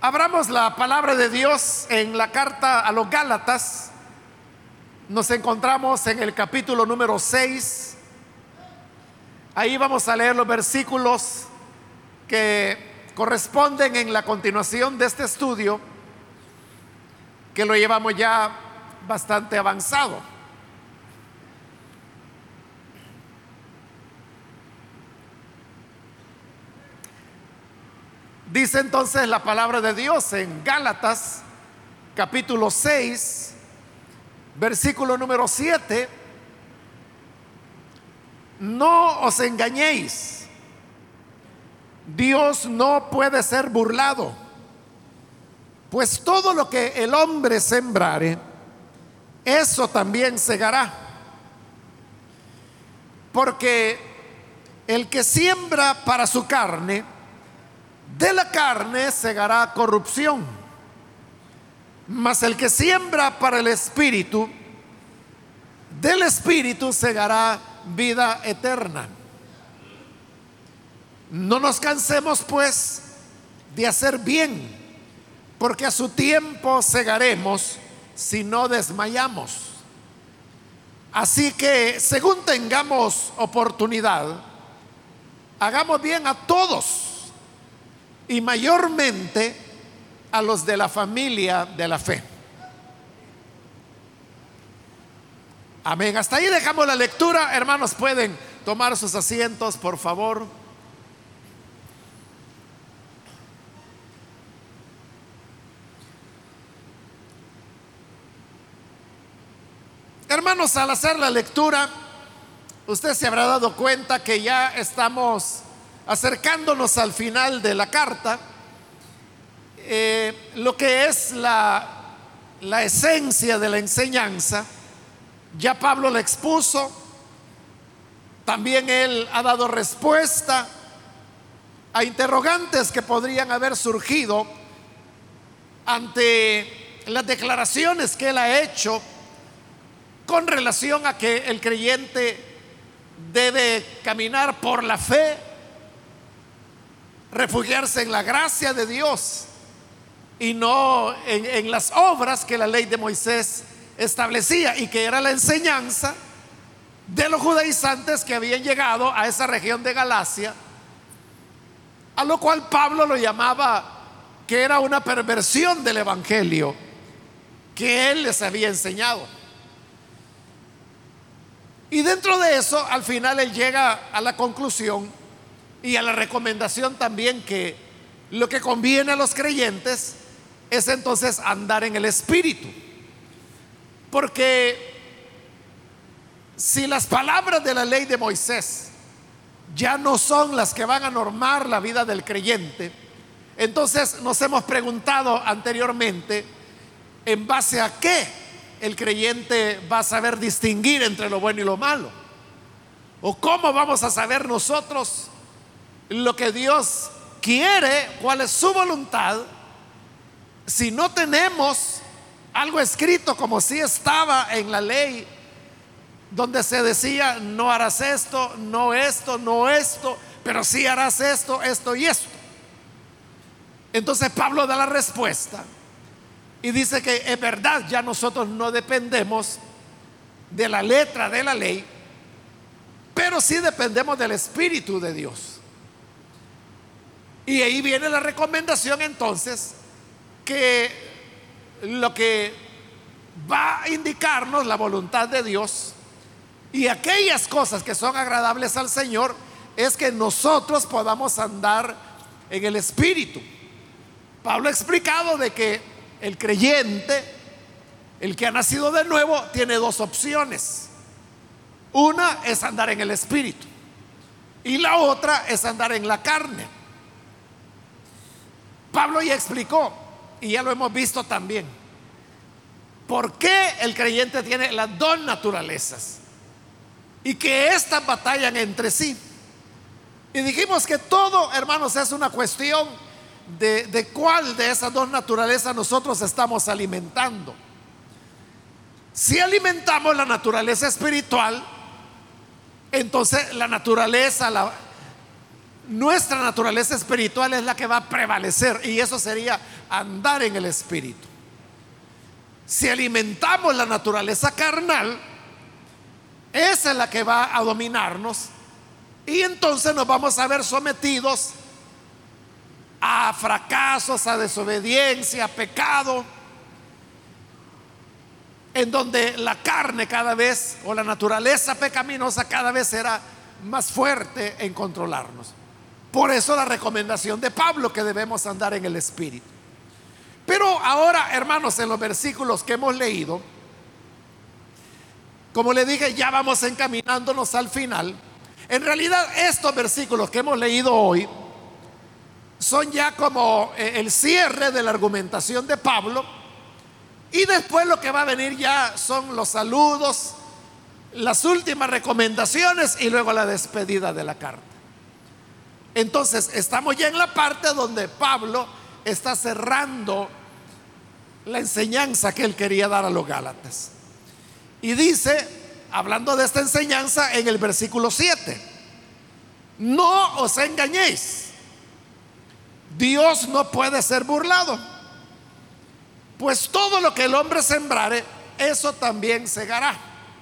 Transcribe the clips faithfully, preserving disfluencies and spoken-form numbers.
Abramos la palabra de Dios en la carta a los Gálatas. Nos encontramos en el capítulo número seis. Ahí vamos a leer los versículos que corresponden en la continuación de este estudio, que lo llevamos ya bastante avanzado. Dice entonces la palabra de Dios en Gálatas capítulo seis, versículo número siete: no os engañéis, Dios no puede ser burlado, pues todo lo que el hombre sembrare, eso también segará. Porque el que siembra para su carne, de la carne segará corrupción, mas el que siembra para el Espíritu, del Espíritu segará vida eterna. No nos cansemos pues de hacer bien, porque a su tiempo segaremos si no desmayamos. Así que según tengamos oportunidad, hagamos bien a todos, y mayormente a los de la familia de la fe. Amén. Hasta ahí dejamos la lectura. Hermanos, pueden tomar sus asientos, por favor. Hermanos, al hacer la lectura, usted se habrá dado cuenta que ya estamos acercándonos al final de la carta. Eh, lo que es la, la esencia de la enseñanza, ya Pablo la expuso. También él ha dado respuesta a interrogantes que podrían haber surgido ante las declaraciones que él ha hecho con relación a que el creyente debe caminar por la fe, refugiarse en la gracia de Dios y no en, en las obras que la ley de Moisés establecía, y que era la enseñanza de los judaizantes que habían llegado a esa región de Galacia, a lo cual Pablo lo llamaba que era una perversión del evangelio que él les había enseñado. Y dentro de eso, al final él llega a la conclusión y a la recomendación también que lo que conviene a los creyentes es entonces andar en el Espíritu. Porque si las palabras de la ley de Moisés ya no son las que van a normar la vida del creyente, entonces nos hemos preguntado anteriormente en base a qué el creyente va a saber distinguir entre lo bueno y lo malo, o cómo vamos a saber nosotros lo que Dios quiere, cuál es su voluntad, si no tenemos algo escrito como si estaba en la ley, donde se decía: no harás esto, no esto, no esto, pero sí harás esto, esto y esto. Entonces Pablo da la respuesta y dice que es verdad, ya nosotros no dependemos de la letra de la ley, pero sí dependemos del Espíritu de Dios. Y ahí viene la recomendación entonces, que lo que va a indicarnos la voluntad de Dios y aquellas cosas que son agradables al Señor es que nosotros podamos andar en el Espíritu. Pablo ha explicado de que el creyente, el que ha nacido de nuevo, tiene dos opciones. Una es andar en el Espíritu y la otra es andar en la carne. Pablo ya explicó, y ya lo hemos visto también, por qué el creyente tiene las dos naturalezas y que éstas batallan entre sí. Y dijimos que todo, hermanos, es una cuestión de, de cuál de esas dos naturalezas nosotros estamos alimentando. Si alimentamos la naturaleza espiritual, entonces la naturaleza, la, nuestra naturaleza espiritual es la que va a prevalecer, y eso sería andar en el Espíritu. Si alimentamos la naturaleza carnal, esa es la que va a dominarnos, y entonces nos vamos a ver sometidos a fracasos, a desobediencia, a pecado, en donde la carne cada vez, o la naturaleza pecaminosa cada vez será más fuerte en controlarnos. Por eso la recomendación de Pablo, que debemos andar en el Espíritu. Pero ahora, hermanos, en los versículos que hemos leído, como le dije, ya vamos encaminándonos al final. En realidad, estos versículos que hemos leído hoy son ya como el cierre de la argumentación de Pablo, y después lo que va a venir ya son los saludos, las últimas recomendaciones y luego la despedida de la carta. Entonces estamos ya en la parte donde Pablo está cerrando la enseñanza que él quería dar a los Gálatas. Y dice, hablando de esta enseñanza, en el versículo siete: no os engañéis, Dios no puede ser burlado, pues todo lo que el hombre sembrare, eso también segará.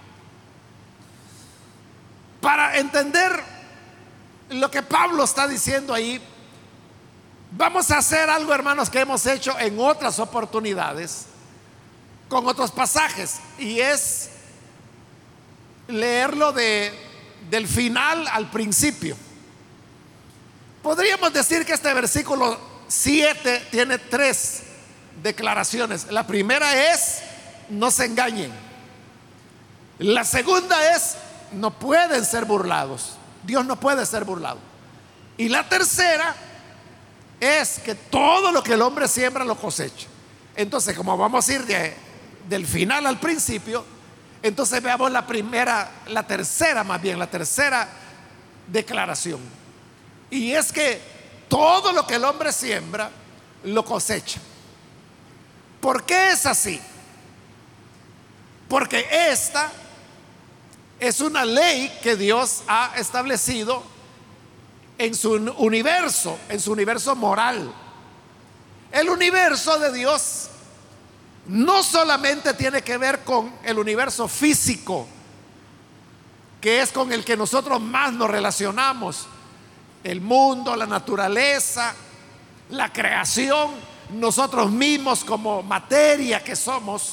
Para entender lo que Pablo está diciendo ahí, vamos a hacer algo, hermanos, que hemos hecho en otras oportunidades con otros pasajes, y es leerlo de, del final al principio. Podríamos decir que este versículo siete tiene tres declaraciones. La primera es: no se engañen. La segunda es: no pueden ser burlados. Dios no puede ser burlado. Y la tercera es que todo lo que el hombre siembra lo cosecha. Entonces, como vamos a ir de, del final al principio, entonces veamos la primera, la tercera más bien, la tercera declaración. Y es que todo lo que el hombre siembra lo cosecha. ¿Por qué es así? Porque esta es una ley que Dios ha establecido en su universo, en su universo moral. El universo de Dios no solamente tiene que ver con el universo físico, que es con el que nosotros más nos relacionamos, el mundo, la naturaleza, la creación, nosotros mismos como materia que somos.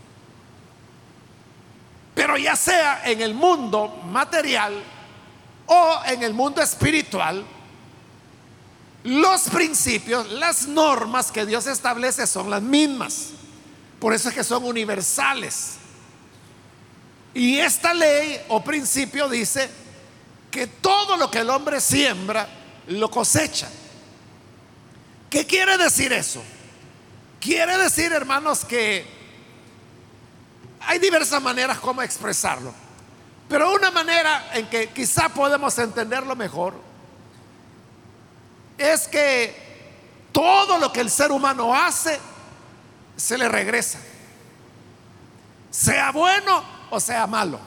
Pero ya sea en el mundo material o en el mundo espiritual, los principios, las normas que Dios establece son las mismas. Por eso es que son universales. Y esta ley o principio dice que todo lo que el hombre siembra lo cosecha. ¿Qué quiere decir eso? Quiere decir, hermanos, que hay diversas maneras como expresarlo, pero una manera en que quizá podemos entenderlo mejor es que todo lo que el ser humano hace se le regresa, sea bueno o sea malo.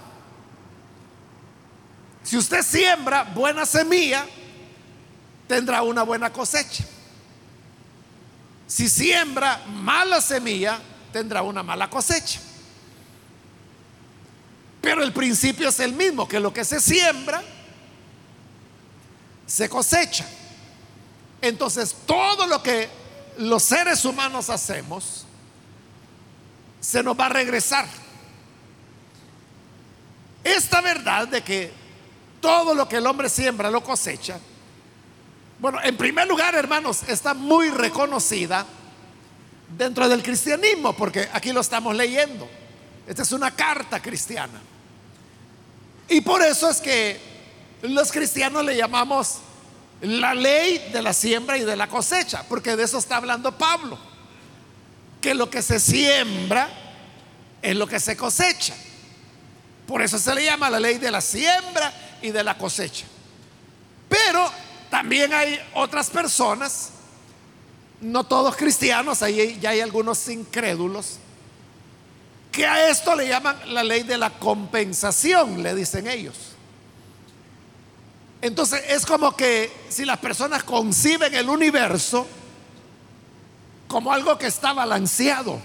Si usted siembra buena semilla, tendrá una buena cosecha. Si siembra mala semilla, tendrá una mala cosecha. Pero el principio es el mismo, que lo que se siembra se cosecha. Entonces, todo lo que los seres humanos hacemos se nos va a regresar. Esta verdad de que todo lo que el hombre siembra lo cosecha, bueno, en primer lugar, hermanos, está muy reconocida dentro del cristianismo, porque aquí lo estamos leyendo. Esta es una carta cristiana. Y por eso es que los cristianos le llamamos la ley de la siembra y de la cosecha, porque de eso está hablando Pablo, que lo que se siembra es lo que se cosecha. Por eso se le llama la ley de la siembra y de la cosecha. Pero también hay otras personas, no todos cristianos, ahí ya hay algunos incrédulos, que a esto le llaman la ley de la compensación, le dicen ellos. Entonces es como que si las personas conciben el universo como algo que está balanceado,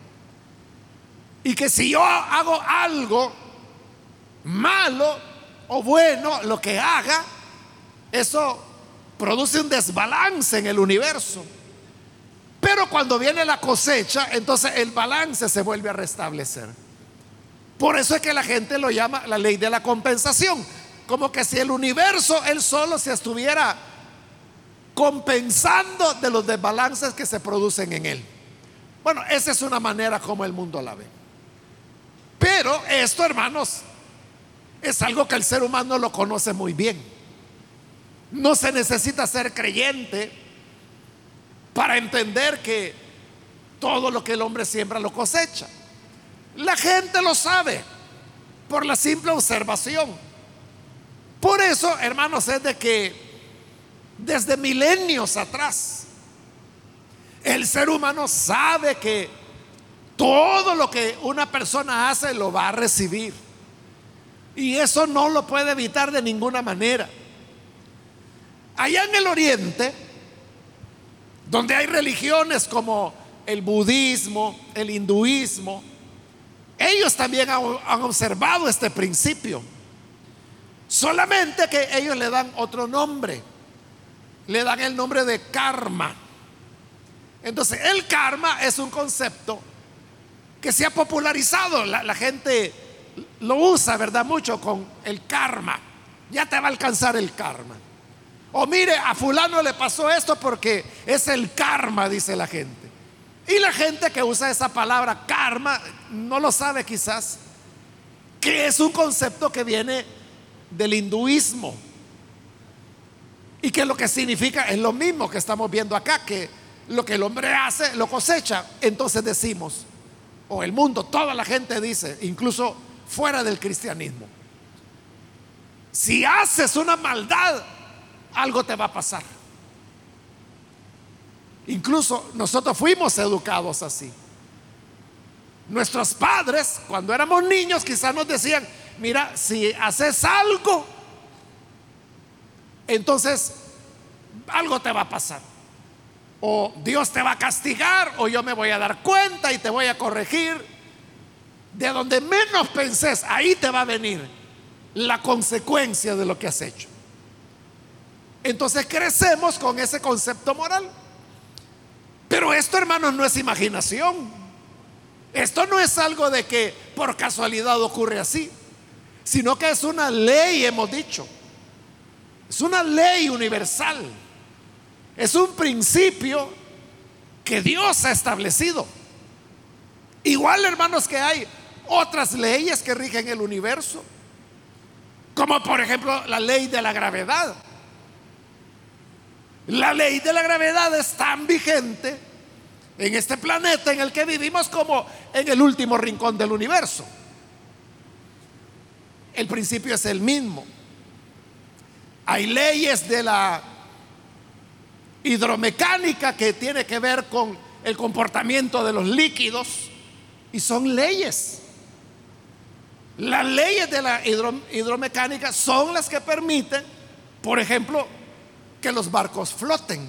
y que si yo hago algo malo o bueno, lo que haga, eso produce un desbalance en el universo. Pero cuando viene la cosecha, entonces el balance se vuelve a restablecer. Por eso es que la gente lo llama la ley de la compensación, como que si el universo él solo se estuviera compensando de los desbalances que se producen en él. Bueno, esa es una manera como el mundo la ve. Pero esto, hermanos, es algo que el ser humano lo conoce muy bien. No se necesita ser creyente para entender que todo lo que el hombre siembra lo cosecha. La gente lo sabe por la simple observación. Por eso, hermanos, es de que desde milenios atrás el ser humano sabe que todo lo que una persona hace lo va a recibir, y eso no lo puede evitar de ninguna manera. Allá en el oriente, donde hay religiones como el budismo, el hinduismo, ellos también han observado este principio, solamente que ellos le dan otro nombre, le dan el nombre de karma. Entonces el karma es un concepto que se ha popularizado, la, la gente lo usa, ¿verdad? Mucho con el karma. Ya te va a alcanzar el karma. O mire, a fulano le pasó esto porque es el karma, dice la gente. Y la gente que usa esa palabra karma no lo sabe quizás, que es un concepto que viene del hinduismo, y que lo que significa es lo mismo que estamos viendo acá, que lo que el hombre hace lo cosecha. Entonces decimos, o el mundo, toda la gente dice, incluso fuera del cristianismo, si haces una maldad, algo te va a pasar. Incluso nosotros fuimos educados así. Nuestros padres, cuando éramos niños, quizás nos decían, mira, si haces algo, entonces algo te va a pasar, o Dios te va a castigar, o yo me voy a dar cuenta y te voy a corregir. De donde menos penses, ahí te va a venir la consecuencia de lo que has hecho. Entonces crecemos con ese concepto moral. Pero esto, hermanos, no es imaginación. Esto no es algo de que por casualidad ocurre así, sino que es una ley, hemos dicho. Es una ley universal. Es un principio que Dios ha establecido. Igual, hermanos, que hay otras leyes que rigen el universo, como por ejemplo la ley de la gravedad. La ley de la gravedad es tan vigente en este planeta en el que vivimos como en el último rincón del universo. El principio es el mismo. Hay leyes de la hidromecánica que tiene que ver con el comportamiento de los líquidos, y son leyes. Las leyes de la hidro, hidromecánica son las que permiten, por ejemplo, que los barcos floten.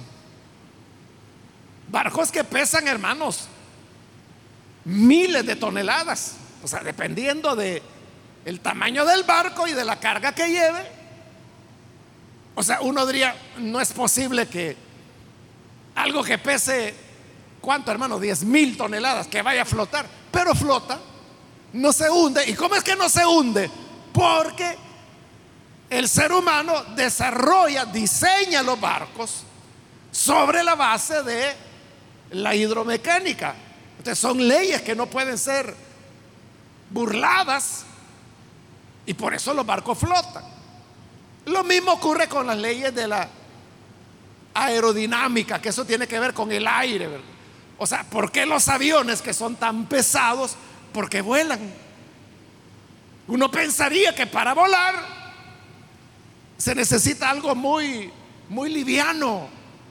Barcos que pesan, hermanos, miles de toneladas. O sea, dependiendo de el tamaño del barco y de la carga que lleve. O sea, uno diría, no es posible que algo que pese, ¿cuánto, hermano? diez mil toneladas, que vaya a flotar. Pero flota, no se hunde. ¿Y cómo es que no se hunde? Porque el ser humano desarrolla, diseña los barcos sobre la base de la hidromecánica. Entonces son leyes que no pueden ser burladas, y por eso los barcos flotan. Lo mismo ocurre con las leyes de la aerodinámica, que eso tiene que ver con el aire, ¿verdad? O sea, ¿por qué los aviones que son tan pesados? Porque vuelan. Uno pensaría que para volar se necesita algo muy, muy liviano.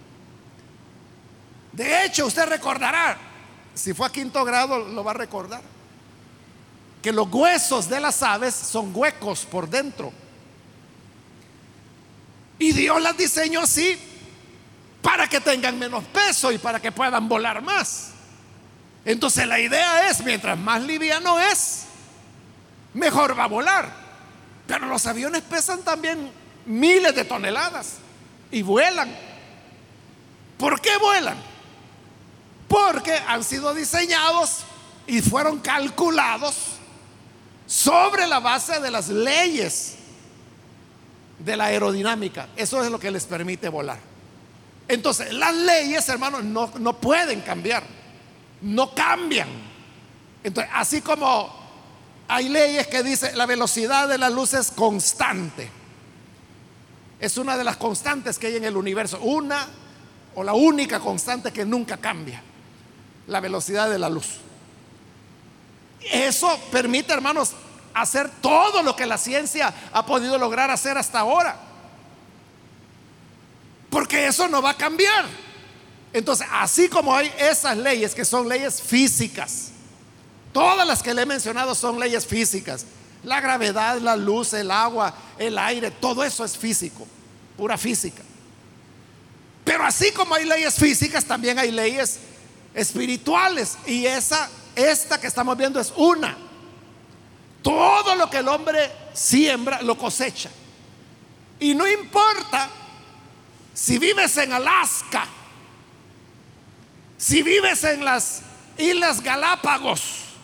De hecho, usted recordará, si fue a quinto grado lo va a recordar, que los huesos de las aves son huecos por dentro. Y Dios las diseñó así para que tengan menos peso y para que puedan volar más. Entonces la idea es, mientras más liviano es, mejor va a volar. Pero los aviones pesan también miles de toneladas y vuelan. ¿Por qué vuelan? Porque han sido diseñados y fueron calculados sobre la base de las leyes de la aerodinámica. Eso es lo que les permite volar. Entonces las leyes, hermanos, no, no pueden cambiar, no cambian. Entonces, así como hay leyes que dicen la velocidad de la luz es constante, es una de las constantes que hay en el universo, una o la única constante que nunca cambia, la velocidad de la luz. Eso permite, hermanos, hacer todo lo que la ciencia ha podido lograr hacer hasta ahora, porque eso no va a cambiar. Entonces, así como hay esas leyes que son leyes físicas, todas las que le he mencionado son leyes físicas: la gravedad, la luz, el agua, el aire, todo eso es físico, pura física. Pero así como hay leyes físicas, también hay leyes espirituales, y esa, esta que estamos viendo es una. Todo lo que el hombre siembra lo cosecha. Y no importa si vives en Alaska, si vives en las Islas Galápagos,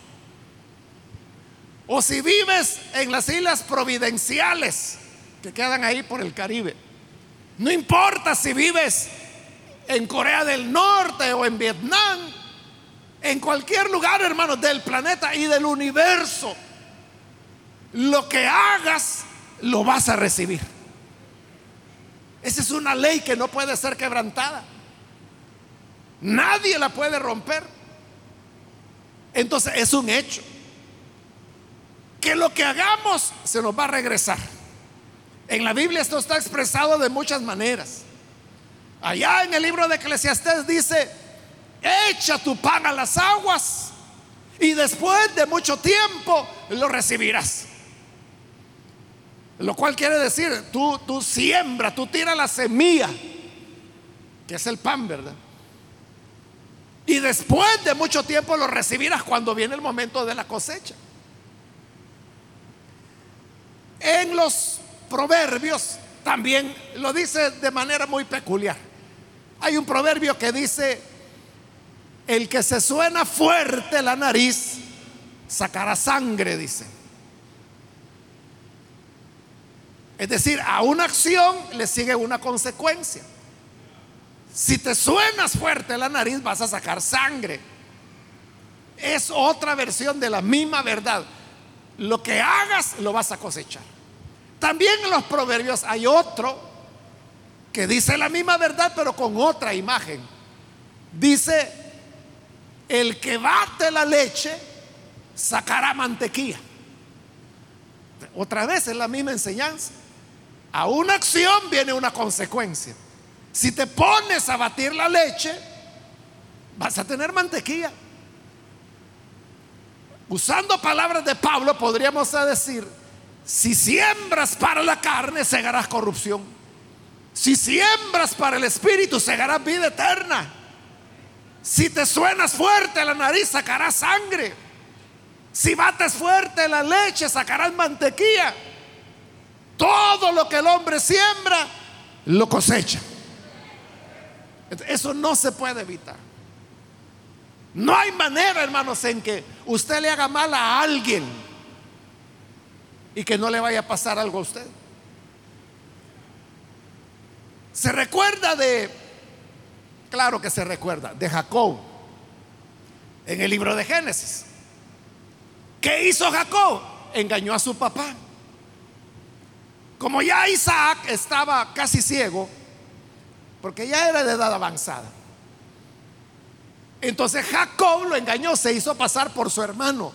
o si vives en las Islas Providenciales que quedan ahí por el Caribe. No importa si vives en Corea del Norte o en Vietnam, en cualquier lugar, hermanos, del planeta y del universo, lo que hagas lo vas a recibir. Esa es una ley que no puede ser quebrantada. Nadie la puede romper. Entonces es un hecho que lo que hagamos se nos va a regresar. En la Biblia esto está expresado de muchas maneras. Allá en el libro de Eclesiastés dice: echa tu pan a las aguas y después de mucho tiempo lo recibirás. Lo cual quiere decir, tú, tú siembra, tú tira la semilla, que es el pan, ¿verdad? Y después de mucho tiempo lo recibirás cuando viene el momento de la cosecha. En los Proverbios también lo dice de manera muy peculiar. Hay un proverbio que dice: el que se suena fuerte la nariz sacará sangre, dice. Es decir, a una acción le sigue una consecuencia. Si te suenas fuerte la nariz, vas a sacar sangre. Es otra versión de la misma verdad. Lo que hagas lo vas a cosechar. También en los proverbios hay otro que dice la misma verdad, pero con otra imagen. Dice: el que bate la leche sacará mantequilla. Otra vez es la misma enseñanza. A una acción viene una consecuencia. Si te pones a batir la leche, vas a tener mantequilla. Usando palabras de Pablo, podríamos decir: si siembras para la carne, segarás corrupción. Si siembras para el espíritu, segarás vida eterna. Si te suenas fuerte la nariz, sacarás sangre. Si bates fuerte la leche, sacarás mantequilla. Todo lo que el hombre siembra, lo cosecha. Eso no se puede evitar. No hay manera, hermanos, en que usted le haga mal a alguien y que no le vaya a pasar algo a usted. Se recuerda de, claro que se recuerda, de Jacob en el libro de Génesis. ¿Qué hizo Jacob? Engañó a su papá. Como ya Isaac estaba casi ciego, porque ya era de edad avanzada, entonces Jacob lo engañó, se hizo pasar por su hermano.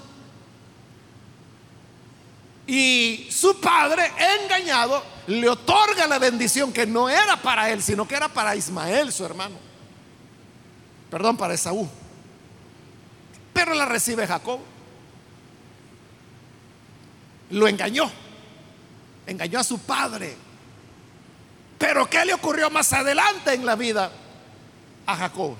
Y su padre, engañado, le otorga la bendición que no era para él, sino que era para Ismael, su hermano. Perdón, para Esaú. Pero la recibe Jacob. Lo engañó. Engañó a su padre. Pero ¿qué le ocurrió más adelante en la vida a Jacob?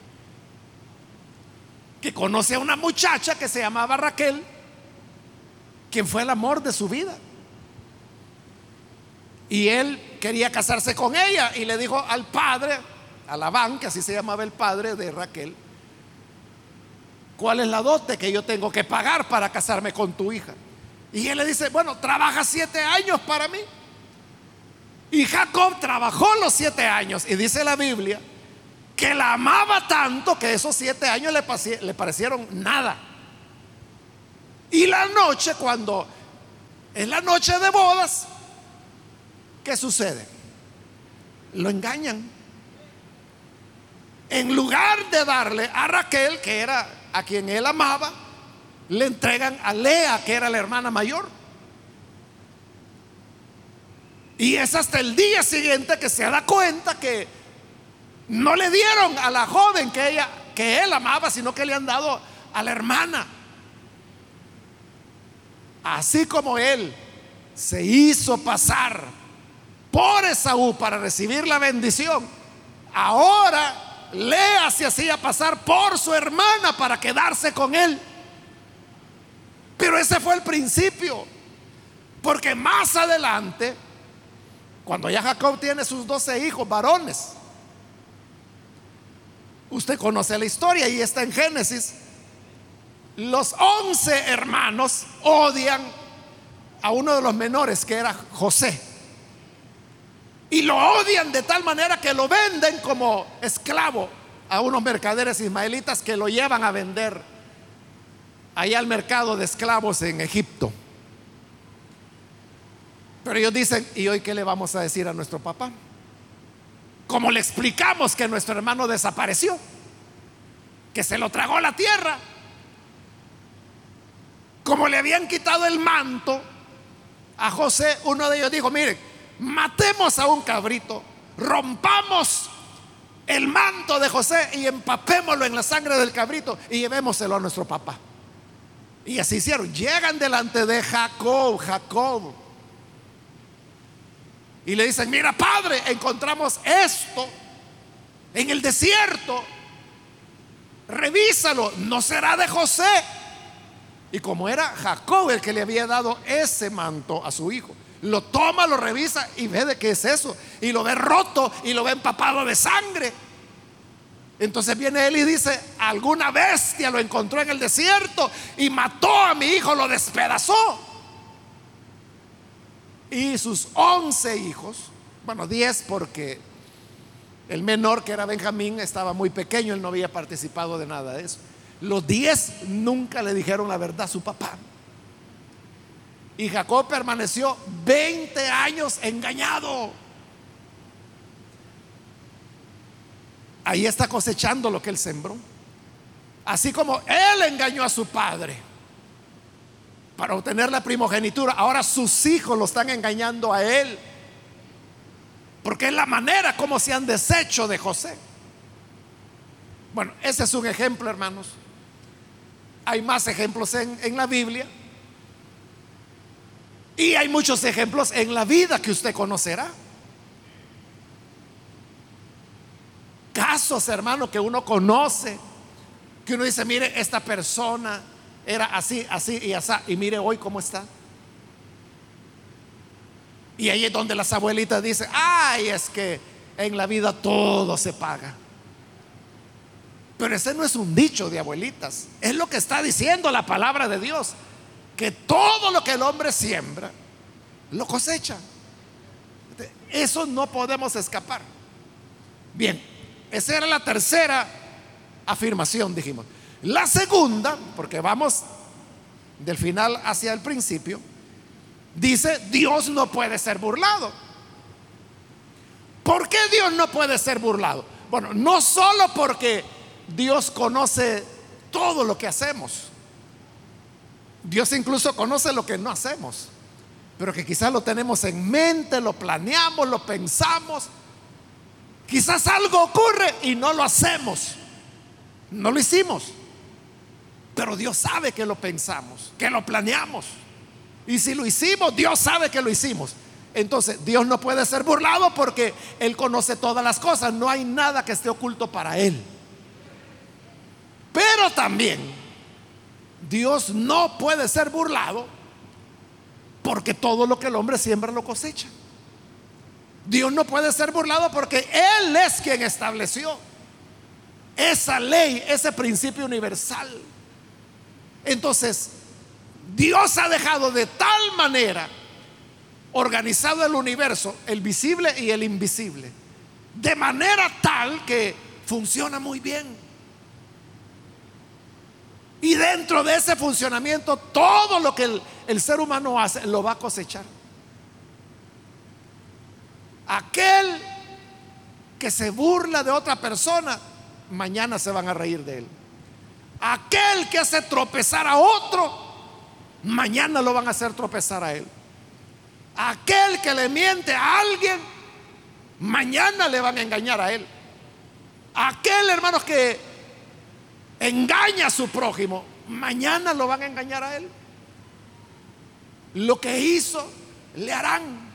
Que conoce a una muchacha que se llamaba Raquel, quien fue el amor de su vida. Y él quería casarse con ella y le dijo al padre, a Labán, que así se llamaba el padre de Raquel: ¿cuál es la dote que yo tengo que pagar para casarme con tu hija? Y él le dice: bueno, trabaja siete años para mí. Y Jacob trabajó los siete años, y dice la Biblia que la amaba tanto que esos siete años le, pasi- le parecieron nada. Y la noche, cuando es la noche de bodas, ¿qué sucede? Lo engañan. En lugar de darle a Raquel, que era a quien él amaba, le entregan a Lea, que era la hermana mayor. Y es hasta el día siguiente que se da cuenta que no le dieron a la joven que ella, que él amaba, sino que le han dado a la hermana. Así como él se hizo pasar por Esaú para recibir la bendición, ahora Lea se hacía pasar por su hermana para quedarse con él. Pero ese fue el principio, porque más adelante, cuando ya Jacob tiene sus doce hijos varones, usted conoce la historia y está en Génesis, los once hermanos odian a uno de los menores, que era José, y lo odian de tal manera que lo venden como esclavo a unos mercaderes ismaelitas que lo llevan a vender allá al mercado de esclavos en Egipto. Pero ellos dicen: ¿y hoy qué le vamos a decir a nuestro papá? ¿Cómo le explicamos que nuestro hermano desapareció? Que se lo tragó la tierra. Como le habían quitado el manto a José, uno de ellos dijo: miren, matemos a un cabrito, rompamos el manto de José y empapémoslo en la sangre del cabrito y llevémoselo a nuestro papá. Y así hicieron. Llegan delante de Jacob, Jacob, y le dicen: mira, padre, encontramos esto en el desierto, revísalo, no será de José. Y como era Jacob el que le había dado ese manto a su hijo, lo toma, lo revisa y ve de qué es eso, y lo ve roto y lo ve empapado de sangre. Entonces viene él y dice: alguna bestia lo encontró en el desierto y mató a mi hijo, lo despedazó. Y sus once hijos, bueno, diez, porque el menor, que era Benjamín, estaba muy pequeño, él no había participado de nada de eso. Los diez nunca le dijeron la verdad a su papá. Y Jacob permaneció veinte años engañado. Ahí está cosechando lo que él sembró. Así como él engañó a su padre para obtener la primogenitura, ahora sus hijos lo están engañando a él, porque es la manera como se han deshecho de José. Bueno, ese es un ejemplo, hermanos. Hay más ejemplos en, en la Biblia, y hay muchos ejemplos en la vida que usted conocerá. Casos, hermano, que uno conoce, que uno dice: mire, esta persona era así, así y así, y mire hoy cómo está. Y ahí es donde las abuelitas dicen: ay, es que en la vida todo se paga. Pero ese no es un dicho de abuelitas, es lo que está diciendo la palabra de Dios, que todo lo que el hombre siembra lo cosecha. Eso no podemos escapar. Bien, esa era la tercera afirmación, dijimos. La segunda, porque vamos del final hacia el principio, dice: Dios no puede ser burlado. ¿Por qué Dios no puede ser burlado? Bueno, no solo porque Dios conoce todo lo que hacemos, Dios incluso conoce lo que no hacemos, pero que quizás lo tenemos en mente, lo planeamos, lo pensamos. Quizás algo ocurre y no lo hacemos, no lo hicimos, pero Dios sabe que lo pensamos, que lo planeamos. Y si lo hicimos, Dios sabe que lo hicimos. Entonces, Dios no puede ser burlado porque Él conoce todas las cosas. No hay nada que esté oculto para Él. Pero también, Dios no puede ser burlado porque todo lo que el hombre siembra lo cosecha. Dios no puede ser burlado porque Él es quien estableció esa ley, ese principio universal. Entonces, Dios ha dejado de tal manera organizado el universo, el visible y el invisible, de manera tal que funciona muy bien. Y dentro de ese funcionamiento, todo lo que el, el ser humano hace, lo va a cosechar. Aquel que se burla de otra persona, mañana se van a reír de él. Aquel que hace tropezar a otro, mañana lo van a hacer tropezar a él. Aquel que le miente a alguien, mañana le van a engañar a él. Aquel, hermanos, que engaña a su prójimo, mañana lo van a engañar a él. Lo que hizo, le harán.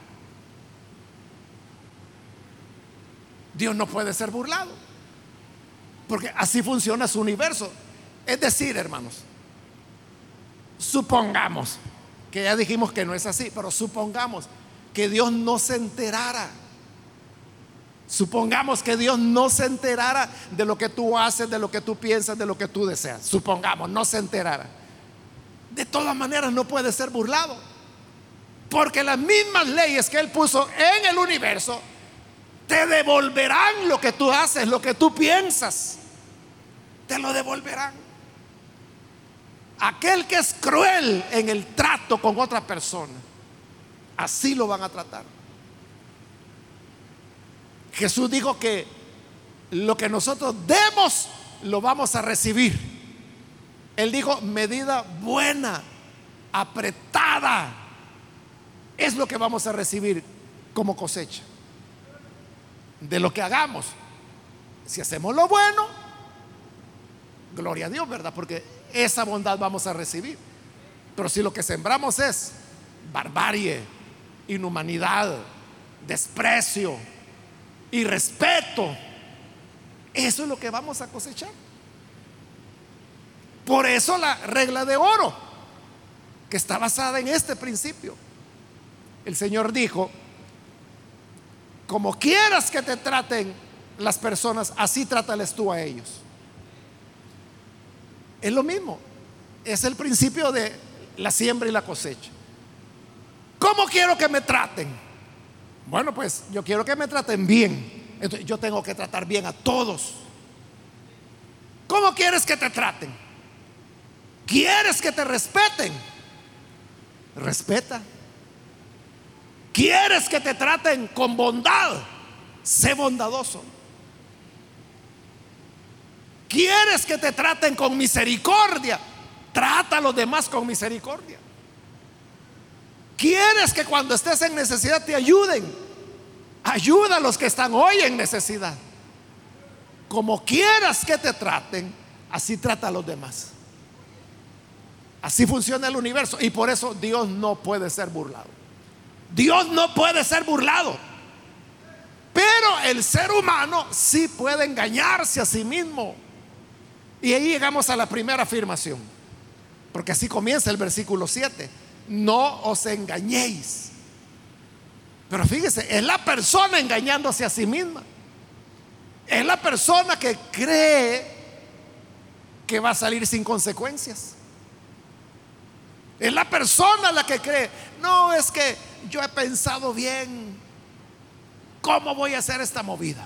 Dios no puede ser burlado, porque así funciona su universo. Es decir, hermanos, supongamos, que ya dijimos que no es así, pero supongamos que Dios no se enterara. Supongamos que Dios no se enterara de lo que tú haces, de lo que tú piensas, de lo que tú deseas. Supongamos, no se enterara. De todas maneras no puede ser burlado, porque las mismas leyes que Él puso en el universo te devolverán lo que tú haces, lo que tú piensas. Te lo devolverán. Aquel que es cruel en el trato con otra persona, así lo van a tratar. Jesús dijo que lo que nosotros demos, lo vamos a recibir. Él dijo, medida buena, apretada, es lo que vamos a recibir como cosecha de lo que hagamos. Si hacemos lo bueno, gloria a Dios, ¿verdad? Porque esa bondad vamos a recibir. Pero si lo que sembramos es barbarie, inhumanidad, desprecio, irrespeto, eso es lo que vamos a cosechar. Por eso la regla de oro, que está basada en este principio. El Señor dijo, como quieras que te traten las personas, así trátales tú a ellos. Es lo mismo, es el principio de la siembra y la cosecha. ¿Cómo quiero que me traten? Bueno, pues yo quiero que me traten bien. Entonces yo tengo que tratar bien a todos. ¿Cómo quieres que te traten? ¿Quieres que te respeten? Respeta. ¿Quieres que te traten con bondad? Sé bondadoso. ¿Quieres que te traten con misericordia? Trata a los demás con misericordia. ¿Quieres que cuando estés en necesidad te ayuden? Ayuda a los que están hoy en necesidad. Como quieras que te traten, así trata a los demás. Así funciona el universo. Y por eso Dios no puede ser burlado. Dios no puede ser burlado. Pero el ser humano sí puede engañarse a sí mismo. Y ahí llegamos a la primera afirmación, porque así comienza el versículo siete. No os engañéis. Pero fíjese, es la persona engañándose a sí misma. Es la persona que cree que va a salir sin consecuencias. Es la persona la que cree, no, es que yo he pensado bien, ¿cómo voy a hacer esta movida?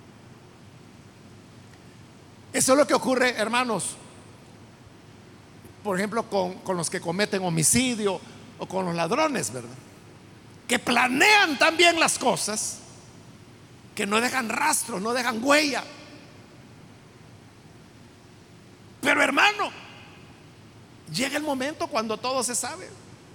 Eso es lo que ocurre, hermanos, por ejemplo, con, con los que cometen homicidio o con los ladrones, ¿verdad? Que planean tan bien las cosas que no dejan rastro, no dejan huella. Pero, hermano, llega el momento cuando todo se sabe.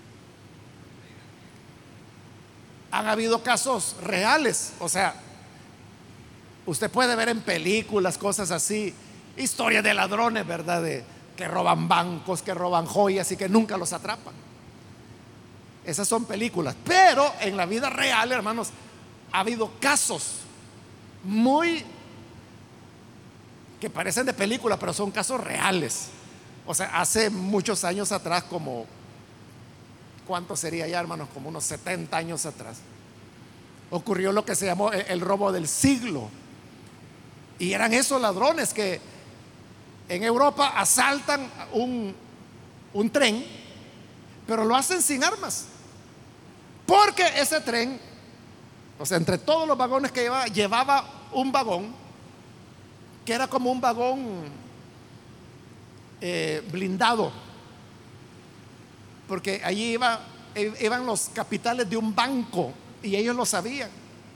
Han habido casos reales, o sea, usted puede ver en películas cosas así, historias de ladrones, ¿verdad? De, que roban bancos, que roban joyas y que nunca los atrapan. Esas son películas. Pero en la vida real, hermanos, ha habido casos muy que parecen de película, pero son casos reales. O sea, hace muchos años atrás, como, ¿cuánto sería ya, hermanos? Como unos setenta años atrás, ocurrió lo que se llamó el, el robo del siglo. Y eran esos ladrones que en Europa asaltan un, un tren, pero lo hacen sin armas. Porque ese tren, o sea, entre todos los vagones que llevaba, llevaba un vagón que era como un vagón eh, blindado, porque allí iba, iban los capitales de un banco y ellos lo sabían.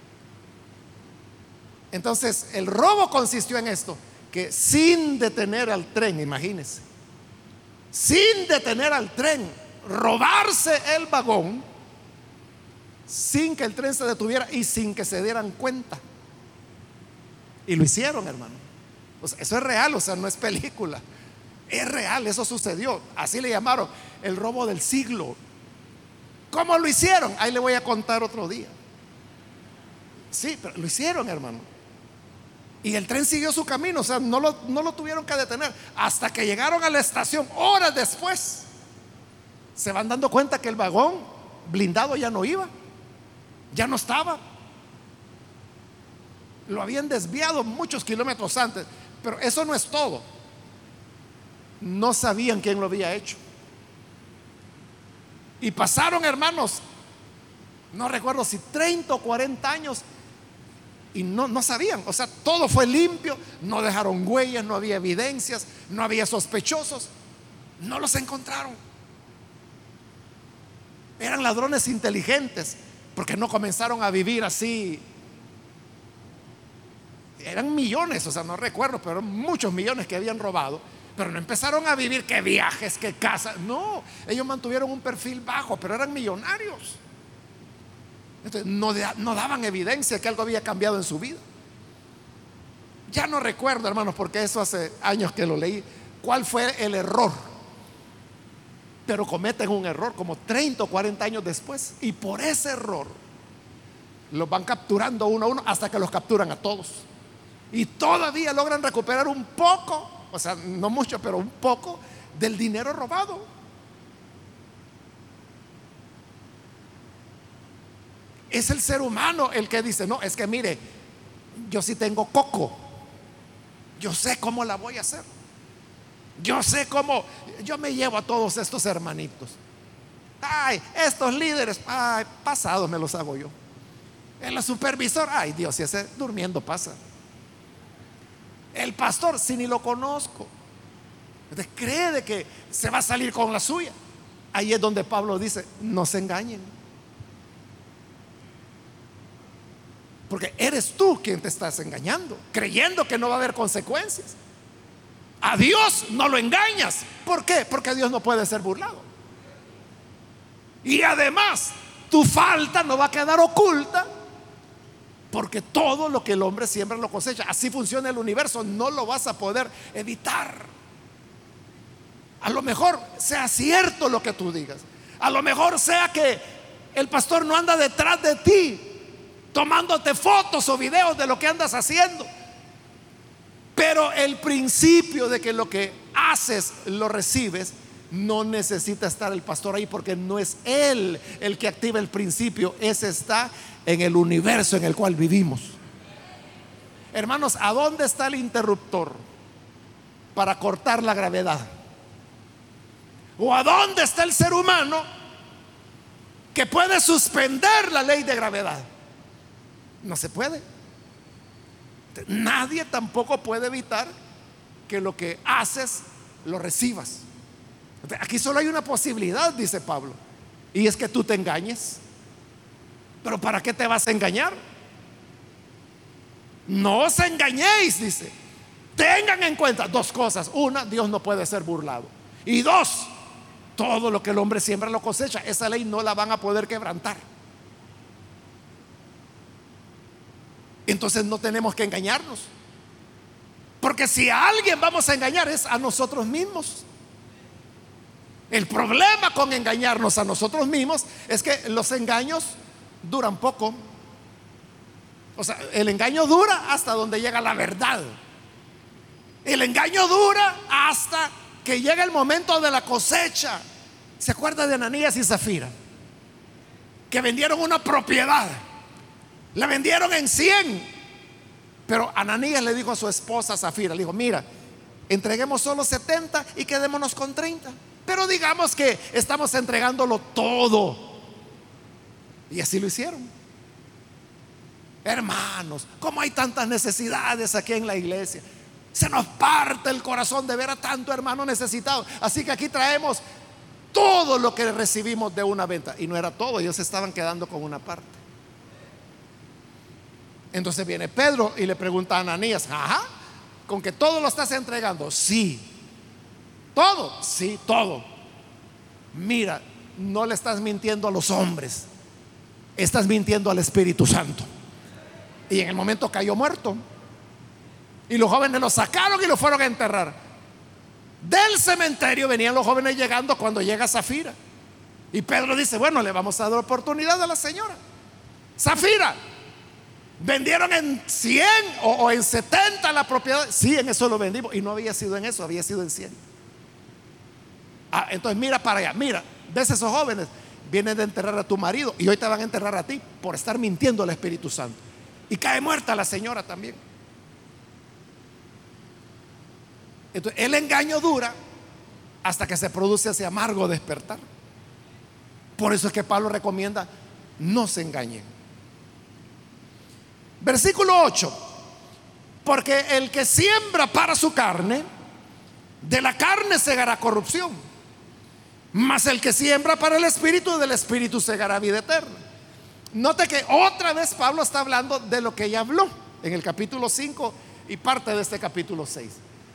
Entonces el robo consistió en esto, que sin detener al tren, imagínense, sin detener al tren, robarse el vagón sin que el tren se detuviera y sin que se dieran cuenta. Y lo hicieron, hermano. O sea, eso es real, o sea, no es película. Es real, eso sucedió. Así le llamaron el robo del siglo. ¿Cómo lo hicieron? Ahí le voy a contar otro día. Sí, pero lo hicieron, hermano. Y el tren siguió su camino, o sea, no lo, no lo tuvieron que detener. Hasta que llegaron a la estación, horas después, se van dando cuenta que el vagón blindado ya no iba, ya no estaba. Lo habían desviado muchos kilómetros antes. Pero eso no es todo. No sabían quién lo había hecho. Y pasaron, hermanos, no recuerdo si treinta o cuarenta años, y no, no sabían. O sea, todo fue limpio, no dejaron huellas, no había evidencias, no había sospechosos, no los encontraron. Eran ladrones inteligentes, porque no comenzaron a vivir así. Eran millones, o sea, no recuerdo, pero eran muchos millones que habían robado. Pero no empezaron a vivir que viajes, que casas. No, ellos mantuvieron un perfil bajo, pero eran millonarios. Entonces, no, no daban evidencia que algo había cambiado en su vida. Ya no recuerdo, hermanos, porque eso hace años que lo leí, cuál fue el error. Pero cometen un error como treinta o cuarenta años después, y por ese error los van capturando uno a uno hasta que los capturan a todos. Y todavía logran recuperar un poco, o sea, no mucho, pero un poco del dinero robado. Es el ser humano el que dice, no, es que mire, yo sí tengo coco, yo sé cómo la voy a hacer, yo sé cómo, yo me llevo a todos estos hermanitos. Ay, estos líderes, ay, pasados me los hago yo. El supervisor, ay Dios, si ese durmiendo pasa. El pastor, si ni lo conozco. Entonces cree de que se va a salir con la suya. Ahí es donde Pablo dice, no se engañen, porque eres tú quien te estás engañando, creyendo que no va a haber consecuencias. A Dios no lo engañas. ¿Por qué? Porque Dios no puede ser burlado. Y además, tu falta no va a quedar oculta, porque todo lo que el hombre siembra lo cosecha. Así funciona el universo, no lo vas a poder evitar. A lo mejor sea cierto lo que tú digas, a lo mejor sea que el pastor no anda detrás de ti tomándote fotos o videos de lo que andas haciendo, pero el principio de que lo que haces lo recibes, no necesita estar el pastor ahí, porque no es él el que activa el principio, ese está en el universo en el cual vivimos. Hermanos, ¿a dónde está el interruptor para cortar la gravedad? ¿O a dónde está el ser humano que puede suspender la ley de gravedad? No se puede. Nadie tampoco puede evitar que lo que haces lo recibas. Aquí solo hay una posibilidad, dice Pablo, y es que tú te engañes. Pero ¿para qué te vas a engañar? No os engañéis, dice. Tengan en cuenta dos cosas. Una, Dios no puede ser burlado. Y dos, todo lo que el hombre siembra lo cosecha. Esa ley no la van a poder quebrantar. Entonces no tenemos que engañarnos, porque si a alguien vamos a engañar es a nosotros mismos. El problema con engañarnos a nosotros mismos es que los engaños duran poco. O sea, el engaño dura hasta donde llega la verdad. El engaño dura hasta que llega el momento de la cosecha. ¿Se acuerda de Ananías y Zafira? Que vendieron una propiedad, la vendieron en cien, pero Ananías le dijo a su esposa Zafira, le dijo: mira, entreguemos solo setenta y quedémonos con treinta, pero digamos que estamos entregándolo todo. Y así lo hicieron. Hermanos, ¿cómo hay tantas necesidades aquí en la iglesia? Se nos parte el corazón de ver a tanto hermano necesitado, así que aquí traemos todo lo que recibimos de una venta. Y no era todo, ellos se estaban quedando con una parte. Entonces viene Pedro y le pregunta a Ananías: ajá, ¿con que todo lo estás entregando? Sí. ¿Todo? Sí, todo. Mira, no le estás mintiendo a los hombres, estás mintiendo al Espíritu Santo. Y en el momento cayó muerto, y los jóvenes lo sacaron y lo fueron a enterrar. Del cementerio venían los jóvenes llegando cuando llega Zafira, y Pedro dice: bueno, le vamos a dar oportunidad a la señora. Zafira, ¿vendieron en cien o, o en setenta la propiedad? Sí, en eso lo vendimos. Y no había sido en eso, había sido en cien. Ah, entonces mira para allá, mira, ves esos jóvenes, vienen de enterrar a tu marido y hoy te van a enterrar a ti por estar mintiendo al Espíritu Santo. Y cae muerta la señora también. Entonces el engaño dura hasta que se produce ese amargo despertar. Por eso es que Pablo recomienda: no se engañen. Versículo ocho: porque el que siembra para su carne, de la carne segará corrupción, mas el que siembra para el Espíritu, del Espíritu segará vida eterna. Note que otra vez Pablo está hablando de lo que ya habló en el capítulo cinco y parte de este capítulo seis: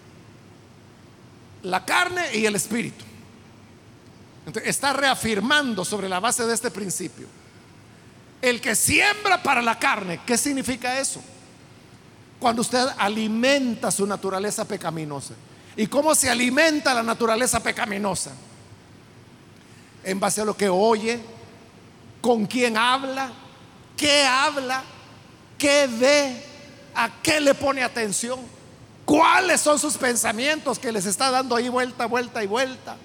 la carne y el espíritu. Entonces, está reafirmando sobre la base de este principio: el que siembra para la carne. ¿Qué significa eso? Cuando usted alimenta su naturaleza pecaminosa. ¿Y cómo se alimenta la naturaleza pecaminosa? En base a lo que oye, con quién habla, qué habla, qué ve, a qué le pone atención, cuáles son sus pensamientos que les está dando ahí vuelta, vuelta y vuelta.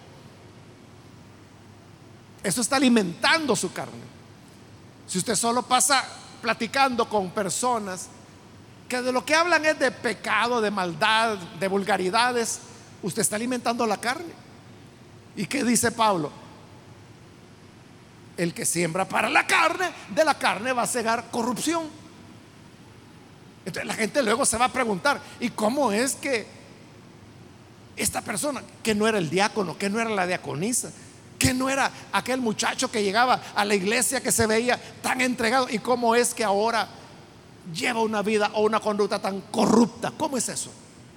Eso está alimentando su carne. Si usted solo pasa platicando con personas que de lo que hablan es de pecado, de maldad, de vulgaridades, usted está alimentando la carne. ¿Y qué dice Pablo? El que siembra para la carne, de la carne va a segar corrupción. Entonces la gente luego se va a preguntar: ¿y cómo es que esta persona, que no era el diácono, que no era la diaconisa, que no era aquel muchacho que llegaba a la iglesia que se veía tan entregado, y cómo es que ahora lleva una vida o una conducta tan corrupta? ¿Cómo es eso?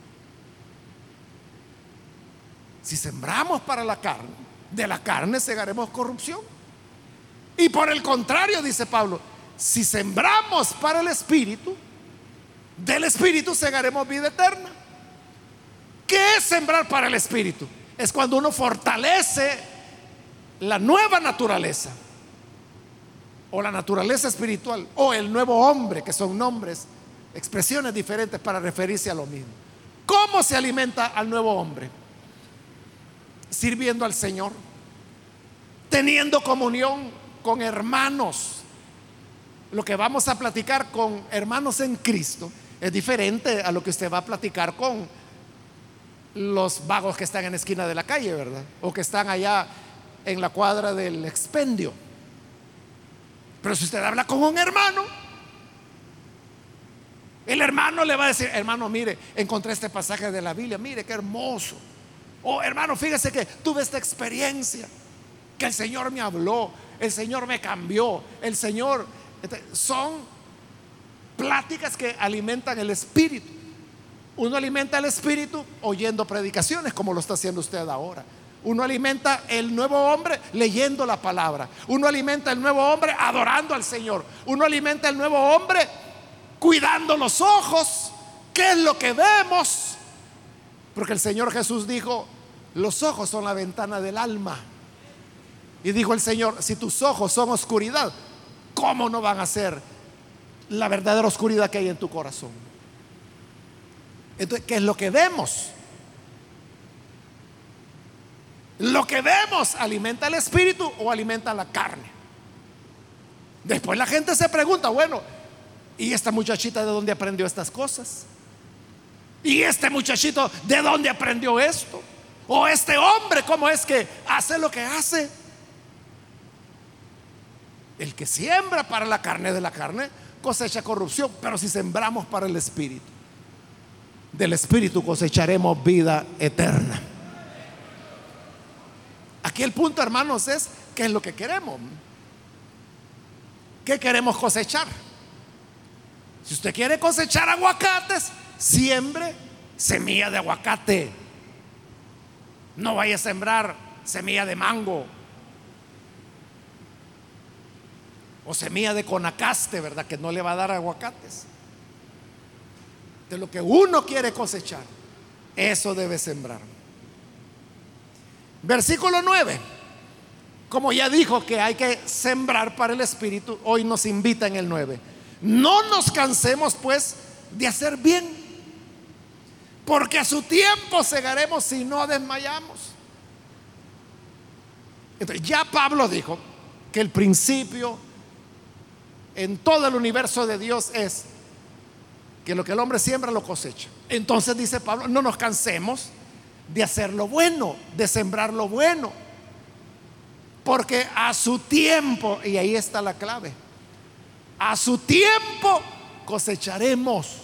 Si sembramos para la carne, de la carne segaremos corrupción. Y por el contrario, dice Pablo, si sembramos para el Espíritu, del Espíritu segaremos vida eterna. ¿Qué es sembrar para el Espíritu? Es cuando uno fortalece la nueva naturaleza, o la naturaleza espiritual, o el nuevo hombre, que son nombres, expresiones diferentes para referirse a lo mismo. ¿Cómo se alimenta al nuevo hombre? Sirviendo al Señor, teniendo comunión con hermanos. Lo que vamos a platicar con hermanos en Cristo es diferente a lo que usted va a platicar con los vagos que están en la esquina de la calle, ¿verdad? O que están allá en la cuadra del expendio. Pero si usted habla con un hermano, el hermano le va a decir: hermano, mire, encontré este pasaje de la Biblia, mire qué hermoso. O hermano, fíjese que tuve esta experiencia, que el Señor me habló, el Señor me cambió, el Señor. Son pláticas que alimentan el espíritu. Uno alimenta el espíritu oyendo predicaciones, como lo está haciendo usted ahora. Uno alimenta el nuevo hombre leyendo la palabra. Uno alimenta el nuevo hombre adorando al Señor. Uno alimenta el nuevo hombre cuidando los ojos. ¿Qué es lo que vemos? Porque el Señor Jesús dijo: Los ojos son la ventana del alma. Y dijo el Señor, si tus ojos son oscuridad, ¿cómo no van a ser la verdadera oscuridad que hay en tu corazón? Entonces, ¿qué es lo que vemos? Lo que vemos alimenta el espíritu o alimenta la carne. Después la gente se pregunta, bueno, ¿y esta muchachita de dónde aprendió estas cosas? ¿Y este muchachito de dónde aprendió esto? ¿O este hombre cómo es que hace lo que hace? El que siembra para la carne de la carne cosecha corrupción, pero si sembramos para el espíritu, del espíritu cosecharemos vida eterna. Aquí el punto, hermanos, es ¿qué es lo que queremos? ¿Qué queremos cosechar? Si usted quiere cosechar aguacates, siembre semilla de aguacate. No vaya a sembrar semilla de mango o semilla de conacaste, ¿verdad? Que no le va a dar aguacates. De lo que uno quiere cosechar, eso debe sembrar. Versículo nueve. Como ya dijo que hay que sembrar para el espíritu, hoy nos invita en el nueve. No nos cansemos pues de hacer bien, porque a su tiempo segaremos si no desmayamos. Entonces, ya Pablo dijo que el principio en todo el universo de Dios es que lo que el hombre siembra lo cosecha. Entonces dice Pablo, no nos cansemos de hacer lo bueno, de sembrar lo bueno, porque a su tiempo, y ahí está la clave, a su tiempo cosecharemos.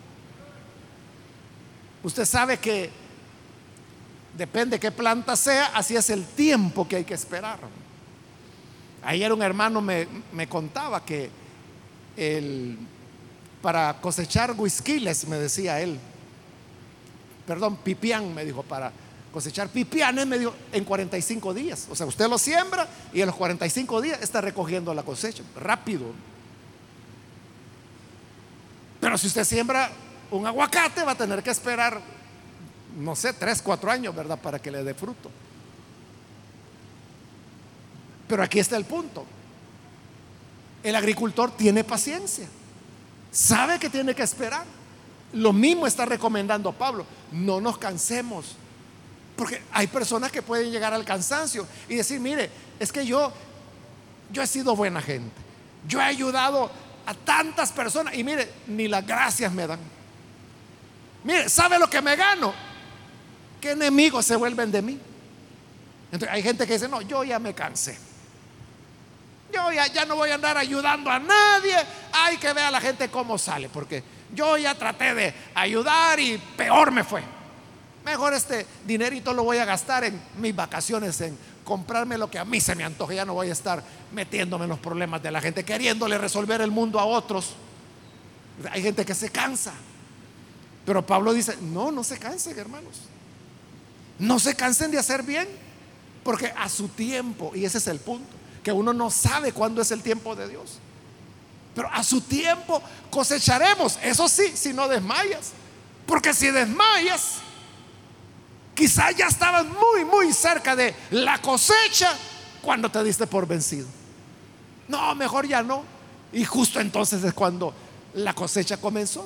Usted sabe que depende qué planta sea, así es el tiempo que hay que esperar. Ayer un hermano me, me contaba que el, para cosechar huisquiles, me decía él, perdón, pipián, me dijo, para cosechar pipianes, me dijo, en cuarenta y cinco días. O sea, usted lo siembra y en los cuarenta y cinco días está recogiendo la cosecha, rápido. Pero si usted siembra un aguacate, va a tener que esperar, no sé, tres, cuatro años, ¿verdad? Para que le dé fruto. Pero aquí está el punto. El agricultor tiene paciencia, sabe que tiene que esperar. Lo mismo está recomendando Pablo. No nos cansemos, porque hay personas que pueden llegar al cansancio y decir, mire, es que yo yo he sido buena gente, yo he ayudado a tantas personas y mire, ni las gracias me dan. Mire, ¿sabe lo que me gano? ¿Qué enemigos se vuelven de mí? Entonces hay gente que dice, no, yo ya me cansé, yo ya, ya no voy a andar ayudando a nadie. Hay que ver a la gente cómo sale, porque yo ya traté de ayudar y peor me fue. Mejor este dinerito lo voy a gastar en mis vacaciones, en comprarme lo que a mí se me antoje. Ya no voy a estar metiéndome en los problemas de la gente, queriéndole resolver el mundo a otros. Hay gente que se cansa, pero Pablo dice, no, no se cansen, hermanos. No se cansen de hacer bien, porque a su tiempo, y ese es el punto, que uno no sabe cuándo es el tiempo de Dios, pero a su tiempo cosecharemos. Eso sí, si no desmayas, porque si desmayas, quizás ya estabas muy, muy cerca de la cosecha cuando te diste por vencido. No, mejor ya no. Y justo entonces es cuando la cosecha comenzó.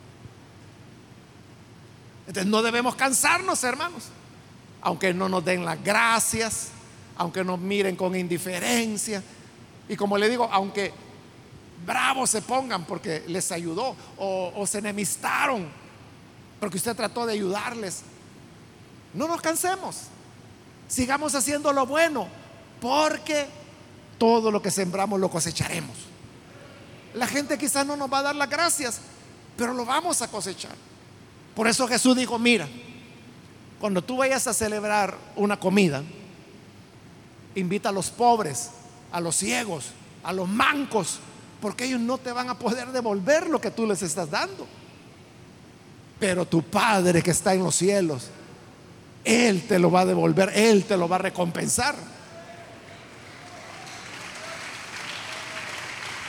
Entonces no debemos cansarnos, hermanos, aunque no nos den las gracias, aunque nos miren con indiferencia, y como le digo, aunque bravos se pongan porque les ayudó, o, o se enemistaron porque usted trató de ayudarles. No nos cansemos, sigamos haciendo lo bueno, porque todo lo que sembramos lo cosecharemos. La gente quizás no nos va a dar las gracias, pero lo vamos a cosechar. Por eso Jesús dijo, mira, cuando tú vayas a celebrar una comida, invita a los pobres, a los ciegos, a los mancos, porque ellos no te van a poder devolver lo que tú les estás dando. Pero tu Padre que está en los cielos, Él te lo va a devolver, Él te lo va a recompensar.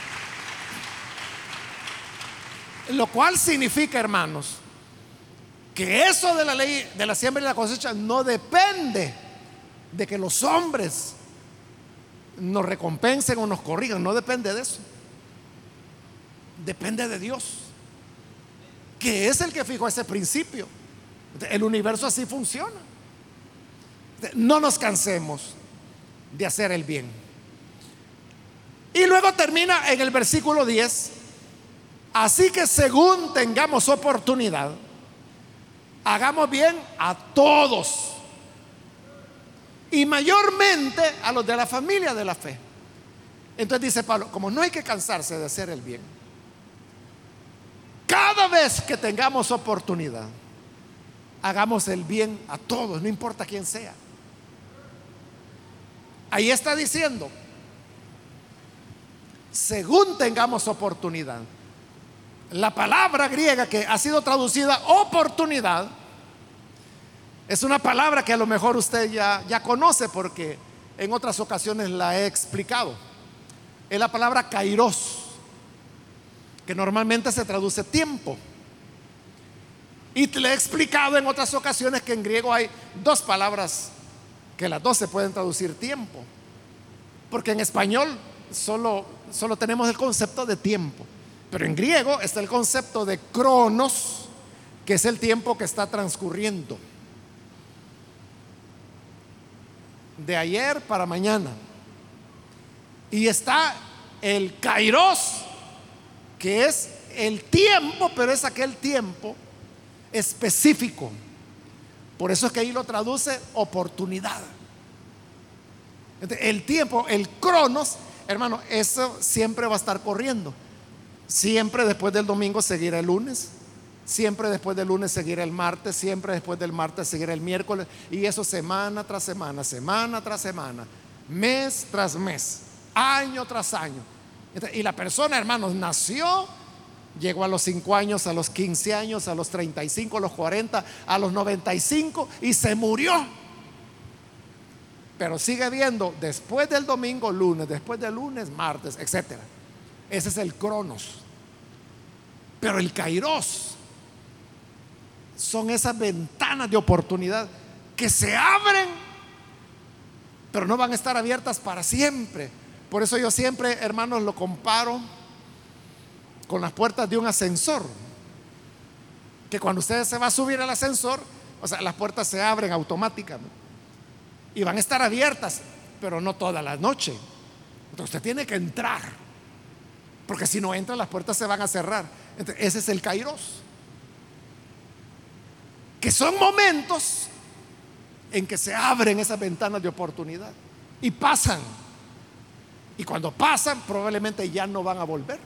Lo cual significa, hermanos, que eso de la ley de la siembra y la cosecha no depende de que los hombres nos recompensen o nos corrijan, no depende de eso. Depende de Dios, que es el que fijó ese principio. El universo así funciona. No nos cansemos de hacer el bien. Y luego termina en el versículo diez: así que según tengamos oportunidad, hagamos bien a todos, y mayormente a los de la familia de la fe. Entonces dice Pablo, como no hay que cansarse de hacer el bien, cada vez que tengamos oportunidad, hagamos el bien a todos, no importa quién sea. Ahí está diciendo, según tengamos oportunidad. La palabra griega que ha sido traducida oportunidad es una palabra que a lo mejor usted ya, ya conoce, porque en otras ocasiones la he explicado. Es la palabra kairos, que normalmente se traduce tiempo. Y le he explicado en otras ocasiones que en griego hay dos palabras que las dos se pueden traducir tiempo, porque en español solo, solo tenemos el concepto de tiempo, pero en griego está el concepto de cronos, que es el tiempo que está transcurriendo de ayer para mañana, y está el kairos, que es el tiempo, pero es aquel tiempo específico. Por eso es que ahí lo traduce oportunidad. El tiempo, el cronos, hermano, eso siempre va a estar corriendo. Siempre después del domingo seguirá el lunes, siempre después del lunes seguirá el martes, siempre después del martes seguirá el miércoles, y eso semana tras semana, semana tras semana, mes tras mes, año tras año. Y la persona, hermanos, nació, llegó a los cinco años, a los quince años, a los treinta y cinco, a los cuarenta, a los noventa y cinco, y se murió. Pero sigue viendo después del domingo, lunes, después del lunes, martes, etcétera. Ese es el cronos. Pero el kairos son esas ventanas de oportunidad que se abren, pero no van a estar abiertas para siempre. Por eso yo siempre, hermanos, lo comparo con las puertas de un ascensor, que cuando usted se va a subir al ascensor, o sea, las puertas se abren automáticamente y van a estar abiertas, pero no toda la noche. Entonces usted tiene que entrar, porque si no entra, las puertas se van a cerrar. Entonces, ese es el kairos, que son momentos en que se abren esas ventanas de oportunidad y pasan, y cuando pasan probablemente ya no van a volver.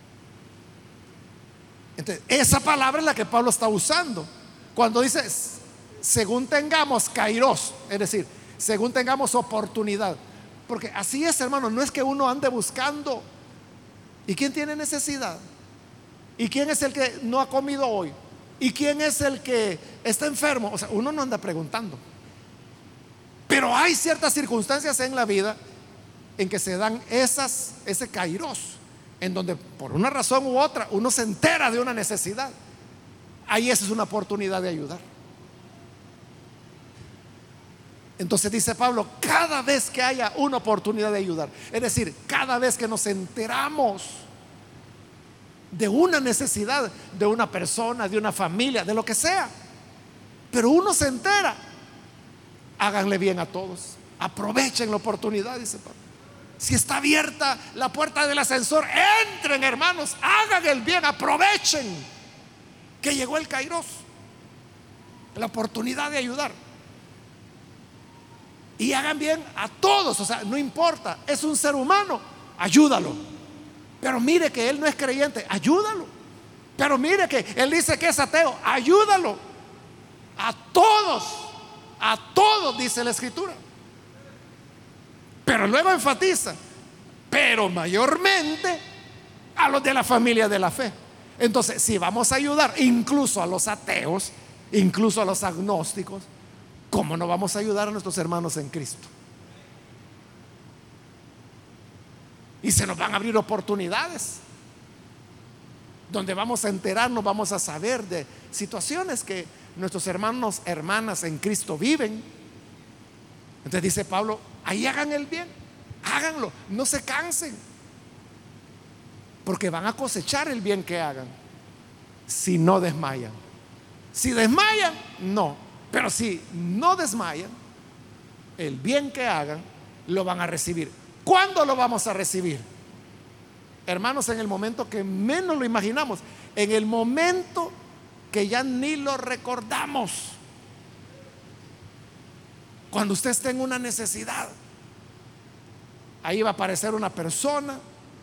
Entonces, esa palabra es la que Pablo está usando cuando dice según tengamos kairos, es decir, según tengamos oportunidad. Porque así es, hermano, no es que uno ande buscando ¿y quién tiene necesidad? ¿Y quién es el que no ha comido hoy? ¿Y quién es el que está enfermo? O sea, uno no anda preguntando. Pero hay ciertas circunstancias en la vida en que se dan esas, ese kairos, en donde por una razón u otra uno se entera de una necesidad. Ahí esa es una oportunidad de ayudar. Entonces dice Pablo, cada vez que haya una oportunidad de ayudar, es decir, cada vez que nos enteramos de una necesidad de una persona, de una familia, de lo que sea, pero uno se entera, háganle bien a todos, aprovechen la oportunidad, dice Pablo. Si está abierta la puerta del ascensor, entren, hermanos, hagan el bien, aprovechen que llegó el kairos, la oportunidad de ayudar, y hagan bien a todos. O sea, no importa, es un ser humano, ayúdalo. Pero mire que él no es creyente, ayúdalo. Pero mire que él dice que es ateo, ayúdalo. A todos, a todos, dice la escritura. Pero luego enfatiza, pero mayormente a los de la familia de la fe. Entonces, si vamos a ayudar incluso a los ateos, incluso a los agnósticos, ¿cómo no vamos a ayudar a nuestros hermanos en Cristo? Y se nos van a abrir oportunidades donde vamos a enterarnos, vamos a saber de situaciones que nuestros hermanos, hermanas en Cristo viven. Entonces dice Pablo, ahí hagan el bien, háganlo, no se cansen, porque van a cosechar el bien que hagan si no desmayan. Si desmayan, no, pero si no desmayan, el bien que hagan lo van a recibir. ¿Cuándo lo vamos a recibir? Hermanos, en el momento que menos lo imaginamos, en el momento que ya ni lo recordamos. Cuando usted esté en una necesidad, ahí va a aparecer una persona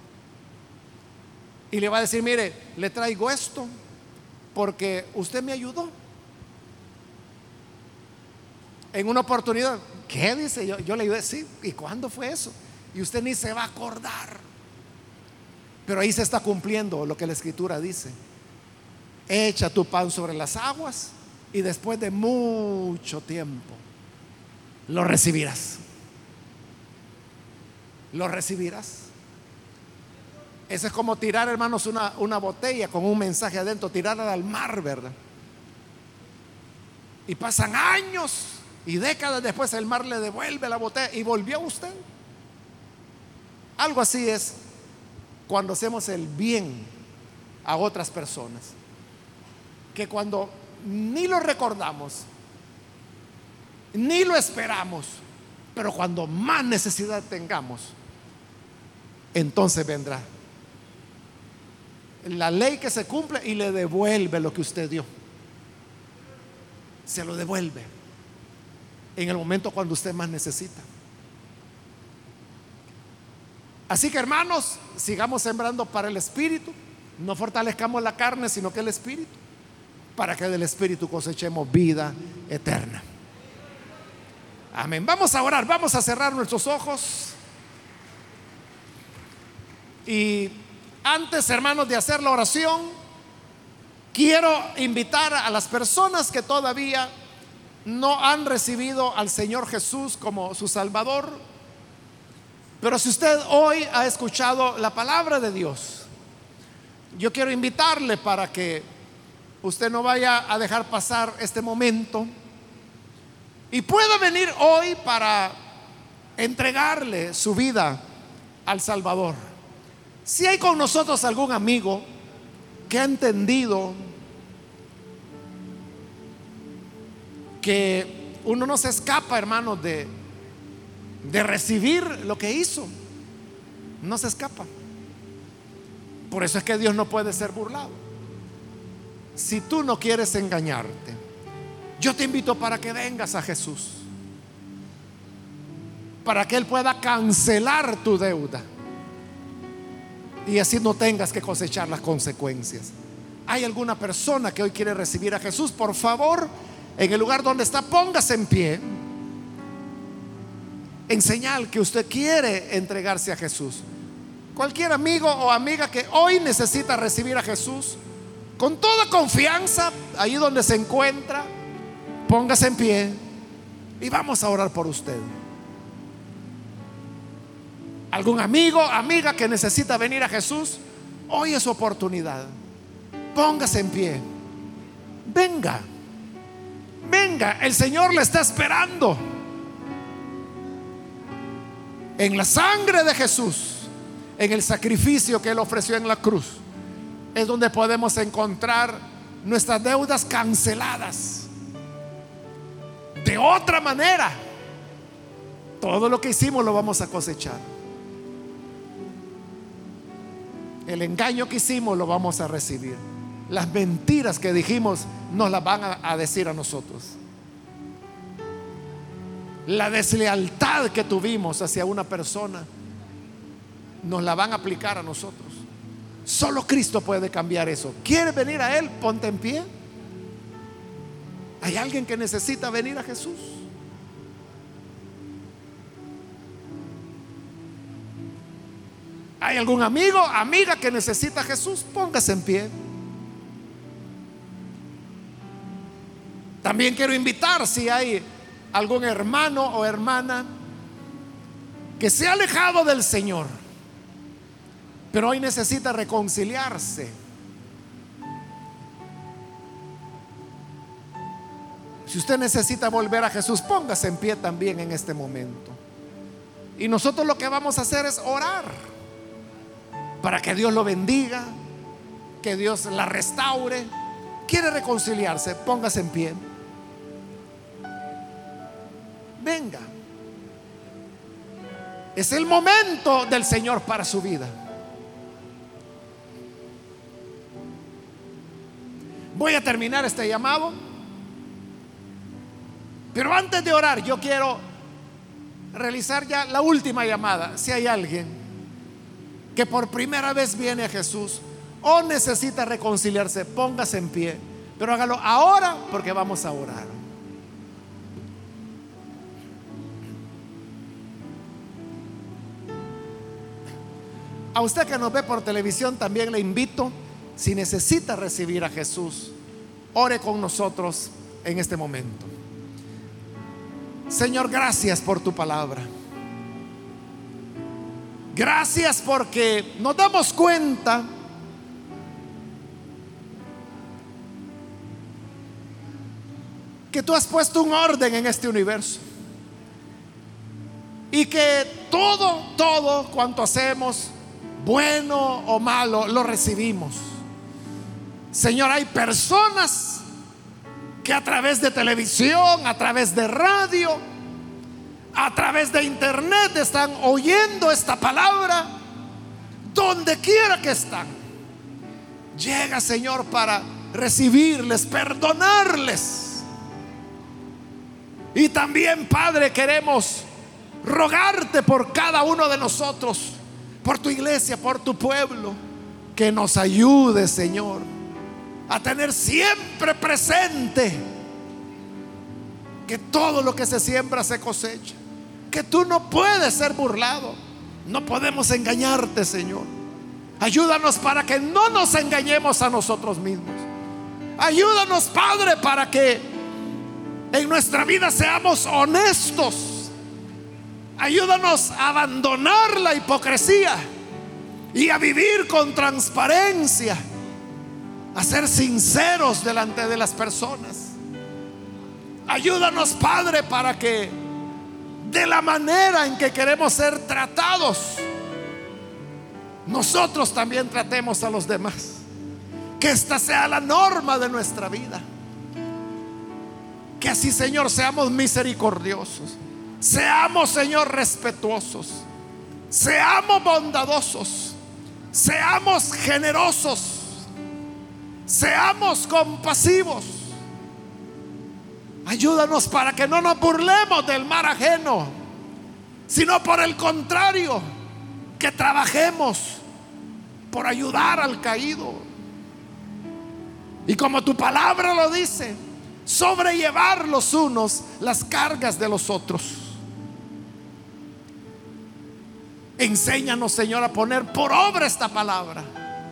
y le va a decir, mire, le traigo esto porque usted me ayudó en una oportunidad. ¿Qué dice? Yo, yo le ayudé, sí. ¿Y cuándo fue eso? Y usted ni se va a acordar. Pero ahí se está cumpliendo lo que la Escritura dice: echa tu pan sobre las aguas y después de mucho tiempo lo recibirás. Lo recibirás. Eso es como tirar, hermanos, una, una botella con un mensaje adentro, tirarla al mar, ¿verdad? Y pasan años y décadas después el mar le devuelve la botella y volvió a usted. Algo así es cuando hacemos el bien a otras personas, que cuando ni lo recordamos, ni lo esperamos, pero cuando más necesidad tengamos, entonces vendrá la ley que se cumple y le devuelve lo que usted dio. Se lo devuelve en el momento cuando usted más necesita. Así que, hermanos, sigamos sembrando para el Espíritu. No fortalezcamos la carne, sino que el Espíritu, para que del Espíritu cosechemos vida eterna. Amén. Vamos a orar, vamos a cerrar nuestros ojos. Y antes, hermanos, de hacer la oración, quiero invitar a las personas que todavía no han recibido al Señor Jesús como su Salvador. Pero si usted hoy ha escuchado la palabra de Dios, yo quiero invitarle para que usted no vaya a dejar pasar este momento y pueda venir hoy para entregarle su vida al Salvador. Si hay con nosotros algún amigo que ha entendido que uno no se escapa, hermanos, de, de recibir lo que hizo, no se escapa. Por eso es que Dios no puede ser burlado. Si tú no quieres engañarte, yo te invito para que vengas a Jesús, para que Él pueda cancelar tu deuda y así no tengas que cosechar las consecuencias. ¿Hay alguna persona que hoy quiere recibir a Jesús? Por favor, en el lugar donde está, póngase en pie en señal que usted quiere entregarse a Jesús. Cualquier amigo o amiga que hoy necesita recibir a Jesús, con toda confianza, ahí donde se encuentra, póngase en pie y vamos a orar por usted. Algún amigo, amiga que necesita venir a Jesús, hoy es su oportunidad. Póngase en pie. Venga, venga, el Señor le está esperando. En la sangre de Jesús, en el sacrificio que Él ofreció en la cruz, es donde podemos encontrar nuestras deudas canceladas. De otra manera, todo lo que hicimos lo vamos a cosechar. El engaño que hicimos lo vamos a recibir. Las mentiras que dijimos nos las van a, a decir a nosotros. La deslealtad que tuvimos hacia una persona nos la van a aplicar a nosotros. Solo Cristo puede cambiar eso. ¿Quieres venir a Él? Ponte en pie. ¿Hay alguien que necesita venir a Jesús? ¿Hay algún amigo, amiga que necesita a Jesús? Póngase en pie. También quiero invitar, si hay algún hermano o hermana que se ha alejado del Señor, pero hoy necesita reconciliarse. Si usted necesita volver a Jesús, póngase en pie también en este momento. Y nosotros lo que vamos a hacer es orar para que Dios lo bendiga, que Dios la restaure. ¿Quiere reconciliarse? Póngase en pie. Venga. Es el momento del Señor para su vida. Voy a terminar este llamado, pero antes de orar yo quiero realizar ya la última llamada. Si hay alguien que por primera vez viene a Jesús o necesita reconciliarse, póngase en pie, pero hágalo ahora porque vamos a orar. A usted que nos ve por televisión también le invito, si necesita recibir a Jesús, ore con nosotros en este momento. Señor, gracias por tu palabra. Gracias porque nos damos cuenta que tú has puesto un orden en este universo y que todo, todo cuanto hacemos, bueno o malo, lo recibimos. Señor, hay personas que a través de televisión, a través de radio, a través de internet están oyendo esta palabra donde quiera que están. Llega, Señor, para recibirles, perdonarles. Y también, Padre, queremos rogarte por cada uno de nosotros, por tu iglesia, por tu pueblo, que nos ayude, Señor, a tener siempre presente que todo lo que se siembra se cosecha, que tú no puedes ser burlado, no podemos engañarte, Señor. Ayúdanos para que no nos engañemos a nosotros mismos. Ayúdanos, Padre, para que en nuestra vida seamos honestos. Ayúdanos a abandonar la hipocresía y a vivir con transparencia, a ser sinceros delante de las personas. Ayúdanos, Padre, para que de la manera en que queremos ser tratados, nosotros también tratemos a los demás. Que esta sea la norma de nuestra vida. Que así, Señor, seamos misericordiosos, seamos, Señor, respetuosos, seamos bondadosos, seamos generosos, seamos compasivos. Ayúdanos para que no nos burlemos del mal ajeno, sino por el contrario, que trabajemos por ayudar al caído. Y como tu palabra lo dice, sobrellevar los unos las cargas de los otros. Enséñanos, Señor, a poner por obra esta palabra.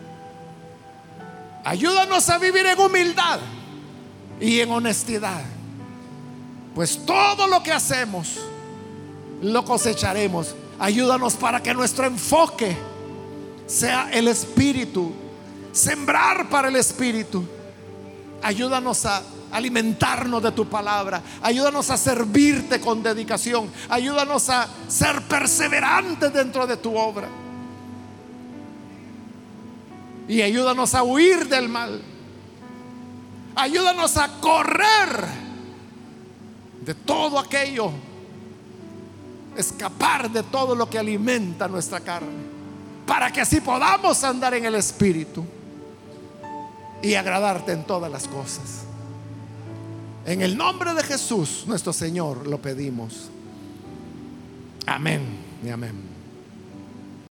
Ayúdanos a vivir en humildad y en honestidad, pues todo lo que hacemos lo cosecharemos. Ayúdanos para que nuestro enfoque sea el Espíritu, sembrar para el Espíritu. Ayúdanos a alimentarnos de tu palabra. Ayúdanos a servirte con dedicación. Ayúdanos a ser perseverantes dentro de tu obra. Y ayúdanos a huir del mal. Ayúdanos a correr de todo aquello, escapar de todo lo que alimenta nuestra carne, para que así podamos andar en el Espíritu y agradarte en todas las cosas. En el nombre de Jesús nuestro Señor lo pedimos. Amén y amén.